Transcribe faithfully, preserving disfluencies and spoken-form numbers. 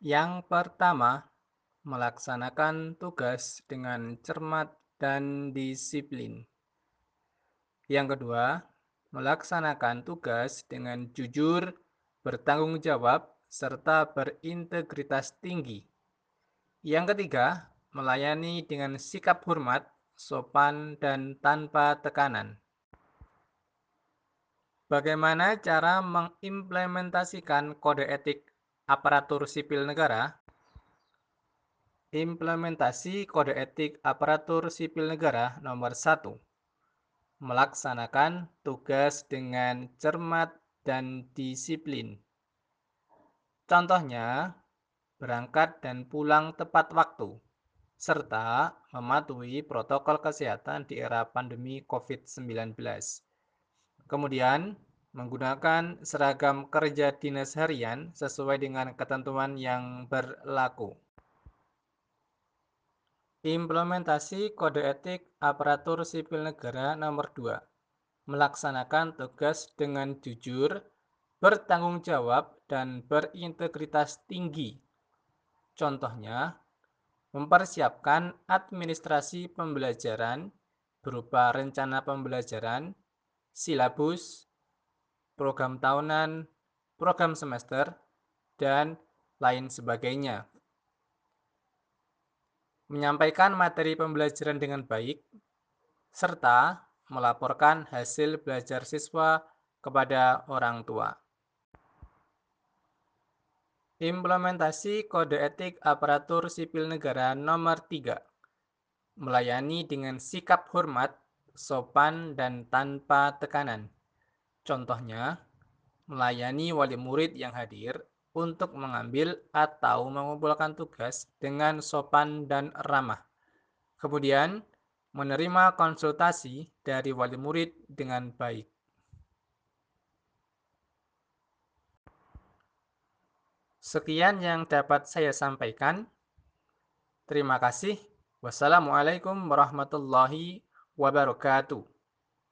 Yang pertama, melaksanakan tugas dengan cermat dan disiplin. Yang kedua, melaksanakan tugas dengan jujur, bertanggung jawab, serta berintegritas tinggi. Yang ketiga, melayani dengan sikap hormat, sopan, dan tanpa tekanan. Bagaimana cara mengimplementasikan kode etik aparatur sipil negara? Implementasi kode etik aparatur sipil negara nomor satu. Melaksanakan tugas dengan cermat dan disiplin. Contohnya, berangkat dan pulang tepat waktu, serta mematuhi protokol kesehatan di era pandemi covid sembilan belas. Kemudian, menggunakan seragam kerja dinas harian sesuai dengan ketentuan yang berlaku. Implementasi kode etik aparatur sipil negara nomor dua. Melaksanakan tugas dengan jujur, bertanggung jawab, dan berintegritas tinggi. Contohnya, mempersiapkan administrasi pembelajaran berupa rencana pembelajaran, silabus, program tahunan, program semester, dan lain sebagainya. Menyampaikan materi pembelajaran dengan baik, serta melaporkan hasil belajar siswa kepada orang tua. Implementasi kode etik aparatur sipil negara nomor tiga. Melayani dengan sikap hormat, sopan, dan tanpa tekanan. Contohnya, melayani wali murid yang hadir untuk mengambil atau mengumpulkan tugas dengan sopan dan ramah. Kemudian, menerima konsultasi dari wali murid dengan baik. Sekian yang dapat saya sampaikan. Terima kasih. Wassalamualaikum warahmatullahi wabarakatuh.